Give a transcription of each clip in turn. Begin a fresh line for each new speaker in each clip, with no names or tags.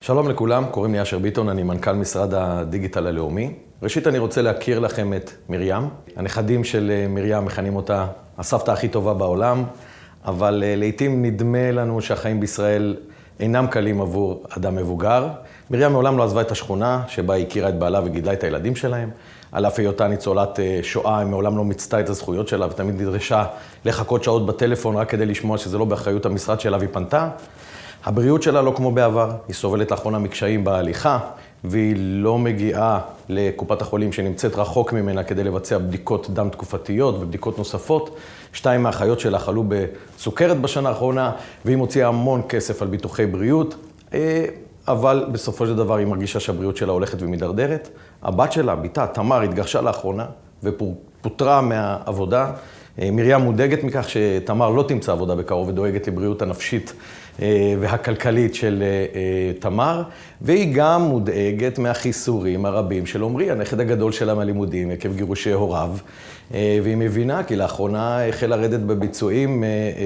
שלום לכולם, קוראים לי אשר ביטון, אני מנכ"ל משרד הדיגיטל הלאומי. ראשית אני רוצה להכיר לכם את מרים. הנכדים של מרים מכנים אותה הסבתא הכי טובה בעולם, אבל לעתים נדמה לנו שהחיים בישראל אינם קלים עבור אדם מבוגר. מרים מעולם לא עזבה את השכונה שבה היא הכירה את בעלה וגידלה את הילדים שלהם. על אף היותה ניצולת שואה, היא מעולם לא מיצתה את הזכויות שלה ותמיד נדרשה לחכות שעות בטלפון רק כדי לשמוע שזה לא באחריות המשרד שלה והיא פנתה. הבריאות שלה לא כמו בעבר, היא סובלת לאחרונה מקשיים בהליכה, והיא לא מגיעה לקופת החולים שנמצאת רחוק ממנה כדי לבצע בדיקות דם תקופתיות ובדיקות נוספות. 2 מהאחיות שלה חלו בסוכרת בשנה האחרונה, והיא מוציאה המון כסף על ביטוחי בריאות, אבל בסופו של דבר היא מרגישה שהבריאות שלה הולכת ומדרדרת. הבת שלה, ביתה, תמר, התגרשה לאחרונה ופוטרה מהעבודה. מרים מודאגת מכך שתמר לא תמצא עבודה בקרוב ודואגת לבריאות הנפשית והכלכלית של תמר, והיא גם מודאגת מהחיסורים הרבים של עומרי, הנכד הגדול שלה מהלימודים, עקב גירושי הוריו, והיא מבינה כי לאחרונה החל לרדת בביצועים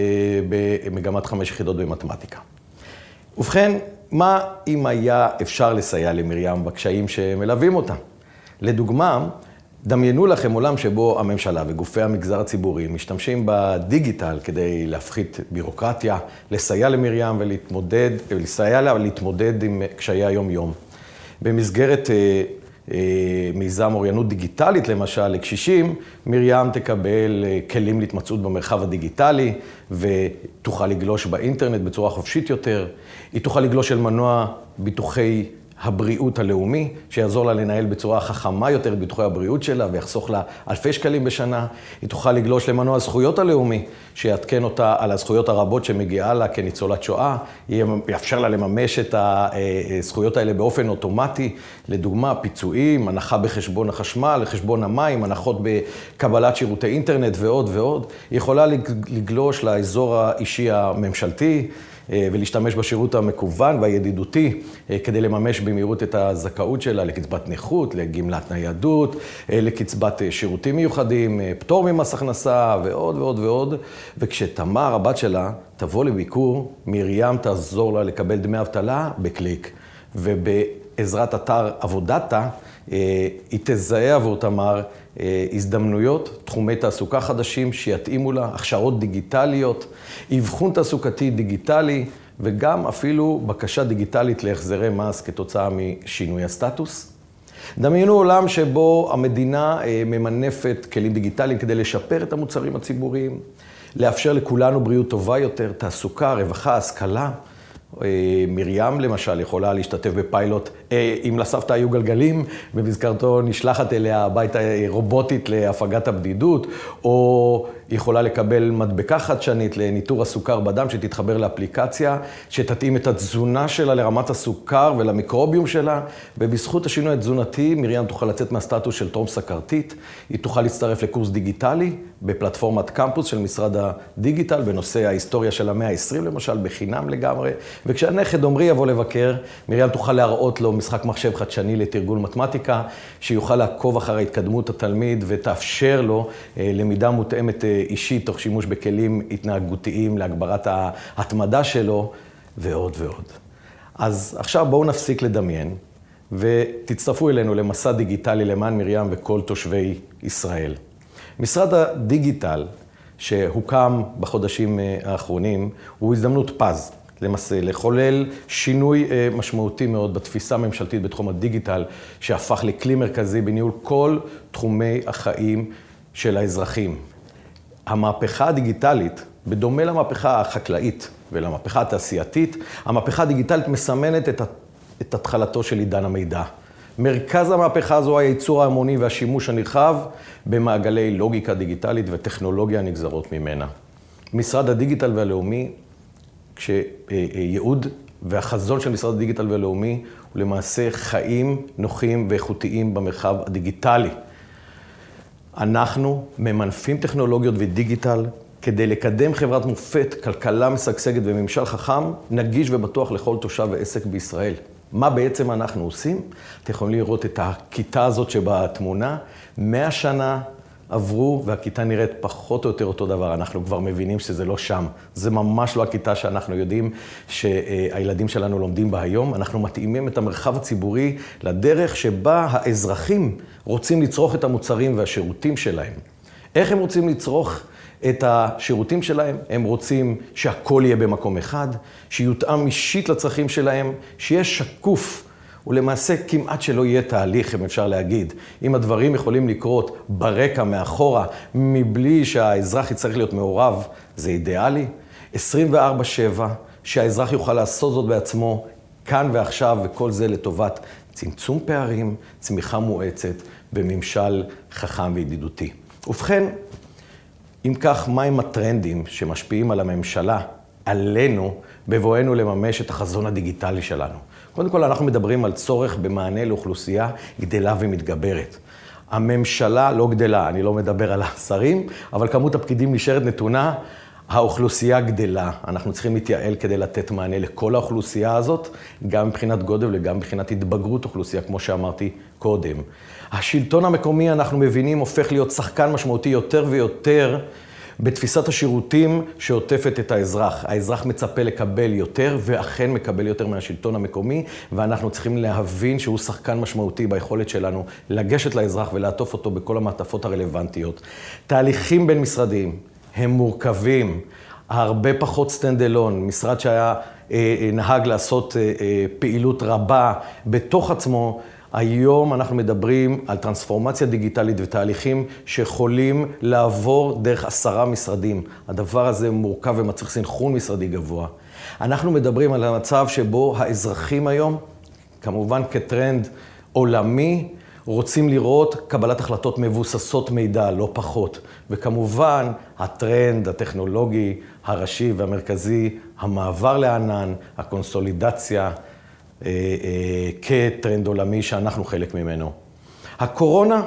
במגמת 5 יחידות במתמטיקה. ובכן, מה אם היה אפשר לסייע למרים בקשיים שמלווים אותה? לדוגמה, דמיינו לכם עולם שבו הממשלה וגופי המגזר הציבורי משתמשים בדיגיטל כדי להפחית בירוקרטיה, לסייע למרים ולסייע לה להתמודד עם קשיי היום-יום. במסגרת מיזם אוריינות דיגיטלית, למשל, לקשישים, מרים תקבל כלים להתמצאות במרחב הדיגיטלי ותוכל לגלוש באינטרנט בצורה חופשית יותר. היא תוכל לגלוש אל מנוע ביטוחי הבריאות הלאומי, שיעזור לה לנהל בצורה חכמה יותר את ביטוחי הבריאות שלה ויחסוך לה אלפי שקלים בשנה. היא תוכל לגלוש למנוע הזכויות הלאומי, שיעדכן אותה על הזכויות הרבות שמגיעה לה כניצולת שואה. יאפשר לה לממש את הזכויות האלה באופן אוטומטי. לדוגמה, פיצויים, הנחה בחשבון החשמל, חשבון המים, הנחות בקבלת שירותי אינטרנט ועוד ועוד. היא יכולה לגלוש לאזור האישי הממשלתי, ולהשתמש בשירות המקוון והידידותי כדי לממש במהירות את הזכאות שלה לקצבת נכות, לגמלת ניידות, לקצבת שירותים מיוחדים, פטור ממס הכנסה ועוד ועוד ועוד. וכשתמר, הבת שלה, תבוא לביקור, מרים תעזור לה לקבל דמי אבטלה בקליק. ובעזרת אתר עבודתה, היא תזהה עבור תמר הזדמנויות, תחומי תעסוקה חדשים שיתאימו לה, הכשרות דיגיטליות, אבחון תעסוקתי דיגיטלי, וגם אפילו בקשה דיגיטלית להחזרי מס כתוצאה משינוי הסטטוס. דמיינו עולם שבו המדינה ממנפת כלים דיגיטליים כדי לשפר את המוצרים הציבוריים, לאפשר לכולנו בריאות טובה יותר, תעסוקה, רווחה, השכלה. מרים למשל יכולה להשתתף בפיילוט, אם לסבתא היו גלגלים, במזכרתו נשלחת אליה הביתה רובוטית להפגת הבדידות, או יכולה לקבל מדבקה חדשנית לניטור הסוכר בדם שתתחבר לאפליקציה, שתתאים את התזונה שלה לרמת הסוכר ולמיקרוביום שלה, ובזכות השינוי התזונתי מרים תוכל לצאת מהסטטוס של טרום סכרתית, היא תוכל להצטרף לקורס דיגיטלי בפלטפורמת קמפוס של משרד הדיגיטל, בנושא ההיסטוריה של המאה ה-20 למשל, בחינם לגמרי, וכשהנכד עומרי יבוא לבקר, מרים תוכל להראות לו משחק מחשב חדשני לתרגול מתמטיקה, שיוכל לעקוב אחר התקדמות התלמיד ותאפשר לו למידה מותאמת אישית, תוך שימוש בכלים התנהגותיים להגברת ההתמדה שלו, ועוד ועוד. אז עכשיו בואו נפסיק לדמיין, ותצטרפו אלינו למסע דיגיטלי למען מרים וכל תושבי ישראל. משרד הדיגיטל שהוקם בחודשים האחרונים, הוא הזדמנות פז. למעשה, לחולל שינוי משמעותי מאוד בתפיסה הממשלתית בתחום הדיגיטל, שהפך לכלי מרכזי בניהול כל תחומי החיים של האזרחים. המהפכה הדיגיטלית, בדומה למהפכה החקלאית ולמהפכה התעשייתית, המהפכה הדיגיטלית מסמנת את התחלתו של עידן המידע. מרכז המהפכה הזו היה הייצור ההמוני והשימוש הנרחב במעגלי לוגיקה דיגיטלית וטכנולוגיה הנגזרות ממנה. משרד הדיגיטל והלאומי, כשייעוד והחזון של משרד הדיגיטל והלאומי הוא למעשה חיים נוחים ואיכותיים במרחב הדיגיטלי. אנחנו ממנפים טכנולוגיות ודיגיטל כדי לקדם חברת מופת, כלכלה משגשגת וממשל חכם, נגיש ובטוח לכל תושב ועסק בישראל. מה בעצם אנחנו עושים? אתם יכולים לראות את הכיתה הזאת שבתמונה, 100 שנה עברו והכיתה נראית פחות או יותר אותו דבר. אנחנו כבר מבינים שזה לא שם. זה ממש לא הכיתה שאנחנו יודעים שהילדים שלנו לומדים בה היום. אנחנו מתאימים את המרחב הציבורי לדרך שבה האזרחים רוצים לצרוך את המוצרים והשירותים שלהם. איך הם רוצים לצרוך את השירותים שלהם? הם רוצים שהכל יהיה במקום אחד, שיותאם אישית לצרכים שלהם, שיהיה שקוף. ולמעשה כמעט שלא יהיה תהליך, אם אפשר להגיד. אם הדברים יכולים לקרות ברקע, מאחורה, מבלי שהאזרח יצטרך להיות מעורב, זה אידיאלי. 24/7, שהאזרח יוכל לעשות זאת בעצמו, כאן ועכשיו, וכל זה לטובת צמצום פערים, צמיחה מואצת וממשל חכם וידידותי. ובכן, אם כך, מהם הטרנדים שמשפיעים על הממשלה, עלינו, בבואנו לממש את החזון הדיגיטלי שלנו? קודם כל, אנחנו מדברים על צורך במענה לאוכלוסייה גדלה ומתגברת. הממשלה לא גדלה, אני לא מדבר על השרים, אבל כמות הפקידים נשארת נתונה, האוכלוסייה גדלה. אנחנו צריכים להתייעל כדי לתת מענה לכל האוכלוסייה הזאת, גם מבחינת גודל וגם מבחינת התבגרות אוכלוסייה, כמו שאמרתי קודם. השלטון המקומי, אנחנו מבינים, הופך להיות שחקן משמעותי יותר ויותר בתפיסת השירותים שעוטפת את האזרח. האזרח מצפה לקבל יותר, ואכן מקבל יותר מהשלטון המקומי, ואנחנו צריכים להבין שהוא שחקן משמעותי ביכולת שלנו לגשת לאזרח ולעטוף אותו בכל המעטפות הרלוונטיות. תהליכים בין משרדיים הם מורכבים, הרבה פחות סטנדלון, משרד שהיה נהג לעשות פעילות רבה בתוך עצמו, היום אנחנו מדברים על טרנספורמציה דיגיטלית ותהליכים שיכולים לעבור דרך 10 משרדים. הדבר הזה מורכב ומצריך סנכרון משרדי גבוה. אנחנו מדברים על המצב שבו האזרחים היום, כמובן כטרנד עולמי, רוצים לראות קבלת החלטות מבוססות מידע, לא פחות. וכמובן, הטרנד הטכנולוגי הראשי והמרכזי, המעבר לענן, הקונסולידציה, כטרנד עולמי שאנחנו חלק ממנו. הקורונה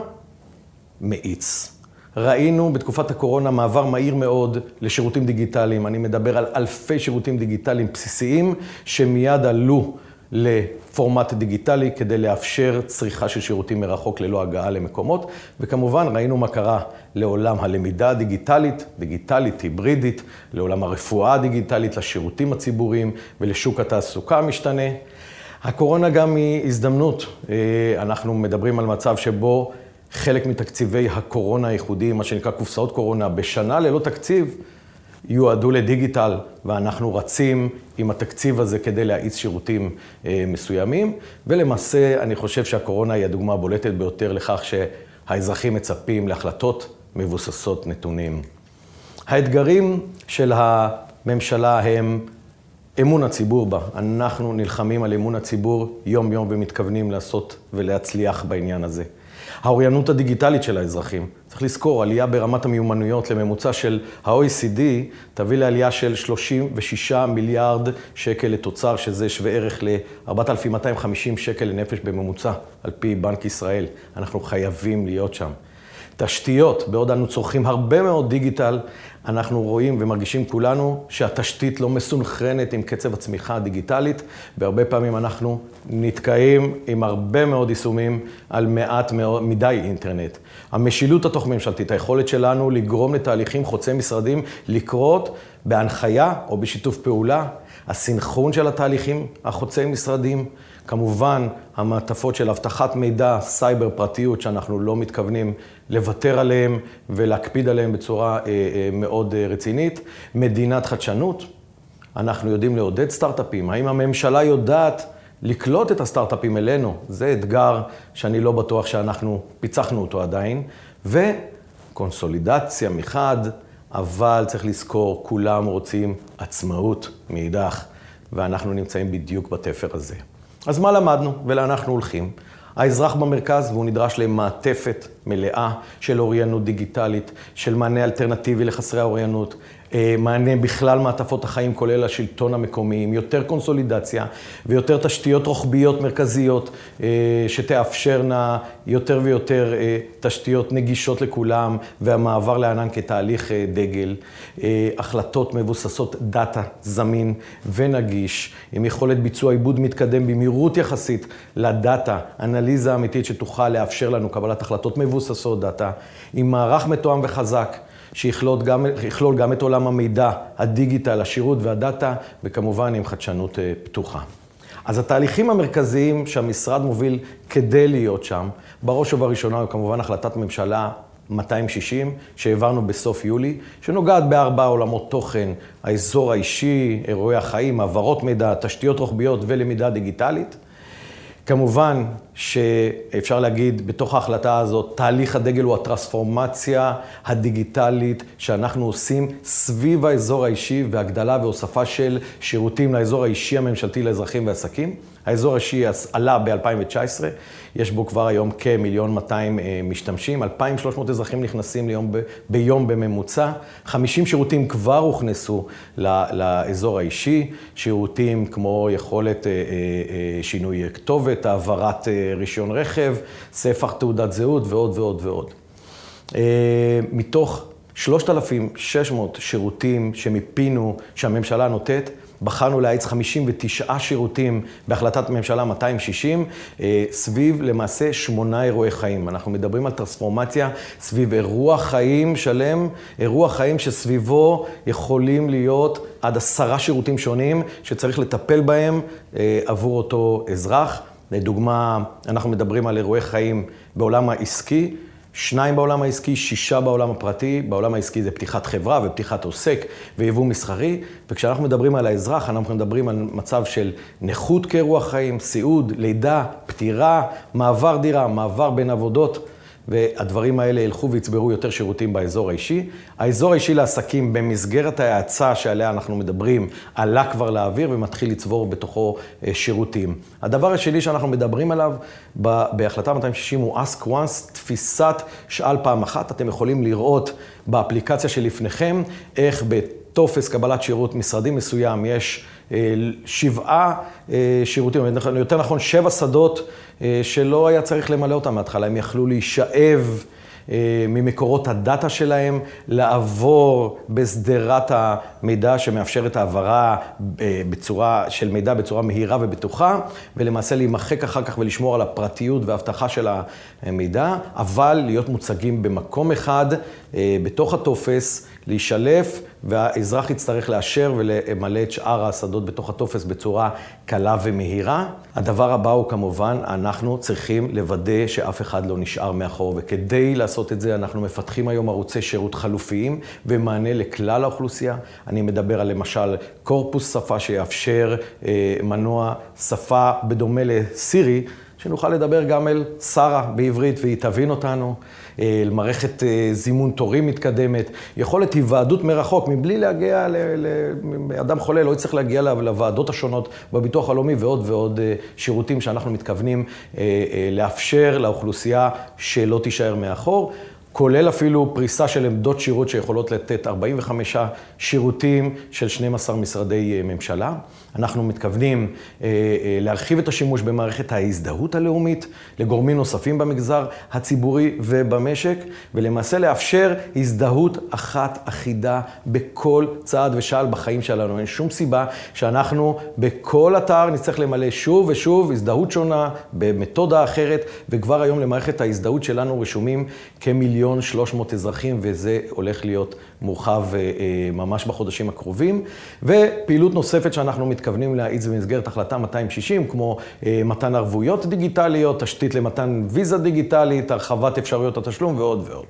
מאיץ. ראינו בתקופת הקורונה מעבר מהיר מאוד לשירותים דיגיטליים. אני מדבר על אלפי שירותים דיגיטליים בסיסיים שמיד עלו לפורמט דיגיטלי כדי לאפשר צריכה של שירותים מרחוק ללא הגעה למקומות. וכמובן ראינו מה קרה לעולם הלמידה הדיגיטלית, דיגיטלית, היברידית, לעולם הרפואה הדיגיטלית, לשירותים הציבוריים ולשוק התעסוקה המשתנה. הקורונה גם היא הזדמנות. אנחנו מדברים על מצב שבו חלק מתקציבי הקורונה הייחודיים, מה שנקרא קופסאות קורונה, בשנה ללא תקציב, יועדו לדיגיטל, ואנחנו רצים עם התקציב הזה כדי להאיץ שירותים מסוימים. ולמעשה, אני חושב שהקורונה היא הדוגמה הבולטת ביותר לכך שהאזרחים מצפים להחלטות מבוססות נתונים. האתגרים של הממשלה הם אמון הציבור בה. אנחנו נלחמים על אמון הציבור יום-יום ומתכוונים לעשות ולהצליח בעניין הזה. האוריינות הדיגיטלית של האזרחים. צריך לזכור, עלייה ברמת המיומנויות לממוצע של ה-OECD תביא לעלייה של 36 מיליארד שקל לתוצר, שזה שווה ערך ל-4,250 שקל לנפש בממוצע, על פי בנק ישראל. אנחנו חייבים להיות שם. תשתיות, בעוד אנו צורכים הרבה מאוד דיגיטל, אנחנו רואים ומרגישים כולנו שהתשתית לא מסונכרנת עם קצב הצמיחה הדיגיטלית, והרבה פעמים אנחנו נתקעים עם הרבה מאוד יישומים על מעט מדי אינטרנט. המשילות התוך-ממשלתית, היכולת שלנו לגרום לתהליכים חוצי משרדים לקרות בהנחיה או בשיתוף פעולה, הסנכרון של התהליכים החוצי משרדים, כמובן המעטפות של הבטחת מידע, סייבר, פרטיות, שאנחנו לא מתכוונים לוותר עליהם ולהקפיד עליהם בצורה מאוד רצינית. מדינת חדשנות, אנחנו יודעים לעודד סטארט-אפים. האם הממשלה יודעת לקלוט את הסטארט-אפים אלינו? זה אתגר שאני לא בטוח שאנחנו פיצחנו אותו עדיין. וקונסולידציה מחד, אבל צריך לזכור, כולם רוצים עצמאות מאידך, ואנחנו נמצאים בדיוק בתפר הזה. אז מה למדנו ולאן אנחנו הולכים? האזרח במרכז, והוא נדרש למעטפת מלאה של אוריינות דיגיטלית, של מענה אלטרנטיבי לחסרי האוריינות, מענה בכלל מעטפות החיים, כולל השלטון המקומי, עם יותר קונסולידציה ויותר תשתיות רוחביות מרכזיות, שתאפשרנה יותר ויותר תשתיות נגישות לכולם, והמעבר לענן כתהליך דגל, החלטות מבוססות דאטה זמין ונגיש, עם יכולת ביצוע עיבוד מתקדם במהירות יחסית לדאטה, אנליזה אמיתית שתוכל לאפשר לנו קבלת החלטות מבוססות, מבוססות דאטה, עם מערך מתואם וחזק, שיכלול גם את עולם המידע, הדיגיטל, השירות והדאטה, וכמובן עם חדשנות פתוחה. אז התהליכים המרכזיים שהמשרד מוביל כדי להיות שם, בראש ובראשונה הוא כמובן החלטת ממשלה 260, שהעברנו בסוף יולי, שנוגעת ב4 עולמות תוכן, האזור האישי, אירועי החיים, העברות מידע, תשתיות רוחביות ולמידה דיגיטלית. כמובן שאפשר להגיד בתוך ההחלטה הזאת, תהליך הדגל הוא הטרנספורמציה הדיגיטלית שאנחנו עושים סביב האזור האישי והגדלה והוספה של שירותים לאזור האישי הממשלתי לאזרחים ועסקים. האזור האישי עלה ב-2019, יש בו כבר היום כ1,200,000 משתמשים, 2,300 אזרחים נכנסים ביום בממוצע, 50 שירותים כבר הוכנסו לאזור האישי, שירותים כמו יכולת שינוי כתובת, העברת רישיון רכב, ספח תעודת זהות ועוד ועוד ועוד. מתוך 3,600 שירותים שמיפינו, שהממשלה נותנת, בחרנו להאיץ 59 שירותים בהחלטת ממשלה 260, סביב למעשה 8 אירועי חיים. אנחנו מדברים על טרנספורמציה סביב אירוע חיים שלם, אירוע חיים שסביבו יכולים להיות עד 10 שירותים שונים שצריך לטפל בהם עבור אותו אזרח. לדוגמה, אנחנו מדברים על אירועי חיים בעולם העסקי, 2 בעולם העסקי, 6 בעולם הפרטי. בעולם העסקי זה פתיחת חברה ופתיחת עוסק ויבוא מסחרי. וכשאנחנו מדברים על האזרח, אנחנו מדברים על מצב של נכות כאירוע חיים, סיעוד, לידה, פטירה, מעבר דירה, מעבר בין עבודות. והדברים האלה ילכו ויצברו יותר שירותים באזור האישי. האזור האישי לעסקים במסגרת ההאצה שעליה אנחנו מדברים, עלה כבר לאוויר ומתחיל לצבור בתוכו שירותים. הדבר השני שאנחנו מדברים עליו בהחלטה 260 הוא Ask Once, תפיסת שאל פעם אחת. אתם יכולים לראות באפליקציה שלפניכם איך בטופס קבלת שירות משרדי מסוים יש 7 שירותים, יותר נכון 7 שדות שלא היה צריך למלא אותם מההתחלה. הם יכלו להישאב ממקורות הדאטה שלהם, לעבור בסדרת המידע שמאפשרת העברה של מידע בצורה מהירה ובטוחה, ולמעשה להימחק אחר כך ולשמור על הפרטיות וההבטחה של המידע, אבל להיות מוצגים במקום אחד, בתוך הטופס, להישלף, והאזרח יצטרך לאשר ולמלא את שאר השדות בתוך הטופס בצורה קלה ומהירה. הדבר הבא הוא כמובן, אנחנו צריכים לוודא שאף אחד לא נשאר מאחור, וכדי לעשות את זה אנחנו מפתחים היום ערוצי שירות חלופיים ומענה לכלל האוכלוסייה. אני מדבר על למשל קורפוס שפה שיאפשר מנוע שפה בדומה לסירי, שנוכל לדבר גם אל שרה בעברית והיא תבין אותנו, למערכת זימון תורים מתקדמת, יכולת היוועדות מרחוק, מבלי להגיע לאדם חולה, לא יצטרך להגיע לוועדות השונות בביטוח הלאומי ועוד ועוד שירותים שאנחנו מתכוונים לאפשר לאוכלוסייה שלא תישאר מאחור. כולל אפילו פריסה של עמדות שירות שיכולות לתת 45 שירותים של 12 משרדי ממשלה. אנחנו מתכוונים להרחיב את השימוש במערכת ההזדהות הלאומית לגורמים נוספים במגזר הציבורי ובמשק, ולמעשה לאפשר הזדהות אחת אחידה בכל צעד ושעל בחיים שלנו. אין שום סיבה שאנחנו בכל אתר נצטרך למלא שוב ושוב הזדהות שונה במתודה אחרת, וכבר היום למערכת ההזדהות שלנו רשומים כ1,300,000 אזרחים, וזה הולך להיות מורחב ממש בחודשים הקרובים. ופעילות נוספת שאנחנו מתכוונים להאיץ במסגרת החלטה 260, כמו מתן ערבויות דיגיטליות, תשתית למתן ויזה דיגיטלית, הרחבת אפשרויות התשלום ועוד ועוד.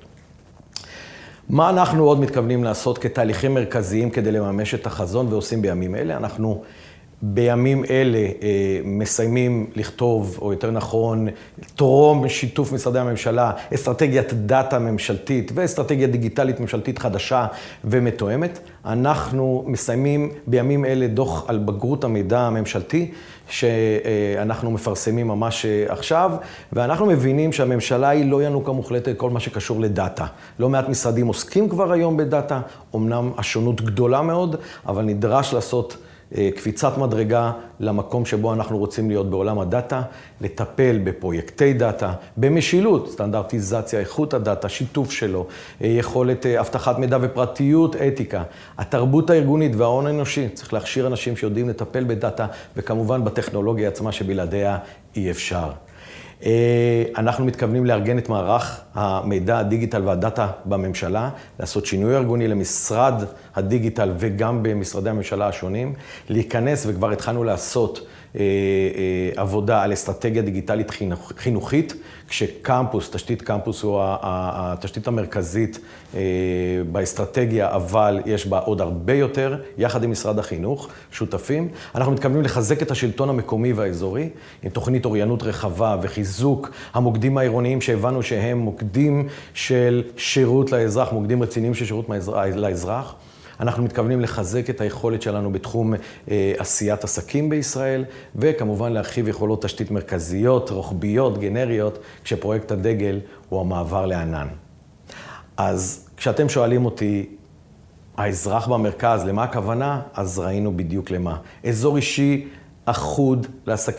מה אנחנו עוד מתכוונים לעשות כתהליכים מרכזיים כדי לממש את החזון ועושים בימים אלה? אנחנו בימים אלה מסיימים לכתוב, או יותר נכון, תורום שיתוף משרדי הממשלה, אסטרטגיית דאטה ממשלתית ואסטרטגיה דיגיטלית ממשלתית חדשה ומתואמת. אנחנו מסיימים בימים אלה דוח על בגרות המידע הממשלתי, שאנחנו מפרסמים ממש עכשיו, ואנחנו מבינים שהממשלה היא לא ינוקה מוחלטת כל מה שקשור לדאטה. לא מעט משרדים עוסקים כבר היום בדאטה, אמנם השונות גדולה מאוד, אבל נדרש לעשות קפיצת מדרגה למקום שבו אנחנו רוצים להיות בעולם הדאטה, לטפל בפרויקטי דאטה, במשילות, סטנדרטיזציה, איכות הדאטה, שיתוף שלו, יכולת הבטחת מידע ופרטיות, אתיקה, התרבות הארגונית וההון האנושי. צריך להכשיר אנשים שיודעים לטפל בדאטה, וכמובן בטכנולוגיה עצמה שבלעדיה אי אפשר. אנחנו מתכוונים לארגן את מערך המידע, הדיגיטל והדאטה בממשלה, לעשות שינוי ארגוני למשרד הדיגיטל וגם במשרדי הממשלה השונים, להיכנס וכבר התחלנו לעשות עבודה על אסטרטגיה דיגיטלית חינוכית, כשקמפוס, תשתית קמפוס הוא התשתית המרכזית באסטרטגיה, אבל יש בה עוד הרבה יותר, יחד עם משרד החינוך, שותפים. אנחנו מתכוונים לחזק את השלטון המקומי והאזורי, עם תוכנית אוריינות רחבה וחיזוק המוקדים העירוניים שהבנו שהם מוקדים של שירות לאזרח, מוקדים רציניים של שירות לאזרח. אנחנו מתכוונים לחזק את היכולת שלנו בתחום עשיית עסקים בישראל, וכמובן להרחיב יכולות תשתית מרכזיות, רוחביות, גנריות, כשפרויקט הדגל הוא המעבר לענן. אז כשאתם שואלים אותי, האזרח במרכז, למה הכוונה? אז ראינו בדיוק למה. אזור אישי אחוד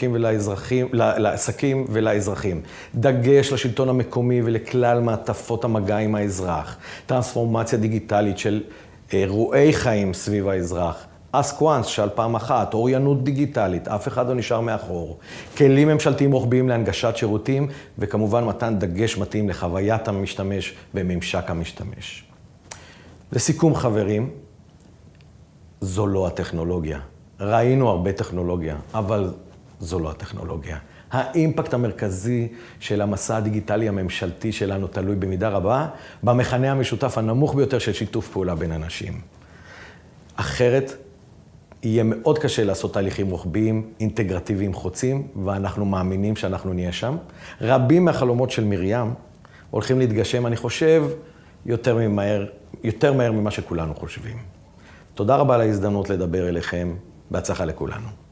לעסקים ולאזרחים. דגש לשלטון המקומי ולכלל מעטפות המגע עם האזרח. טרנספורמציה דיגיטלית של אירועי חיים סביב האזרח. Ask Once, שאל פעם אחת, אוריינות דיגיטלית, אף אחד לא נשאר מאחור. כלים ממשלתיים רוחביים להנגשת שירותים, וכמובן מתן דגש מתאים לחוויית המשתמש בממשק המשתמש. לסיכום חברים, זו לא הטכנולוגיה. ראינו הרבה טכנולוגיה, אבל זו לא הטכנולוגיה. האימפקט המרכזי של המסע הדיגיטלי הממשלתי שלנו תלוי במידה רבה במכנה המשותף הנמוך ביותר של שיתוף פעולה בין אנשים. אחרת, יהיה מאוד קשה לעשות תהליכים רוחביים, אינטגרטיביים חוצים, ואנחנו מאמינים שאנחנו נהיה שם. רבים מהחלומות של מרים הולכים להתגשם, אני חושב, יותר מהר ממה שכולנו חושבים. תודה רבה על ההזדמנות לדבר אליכם, בהצלחה לכולנו.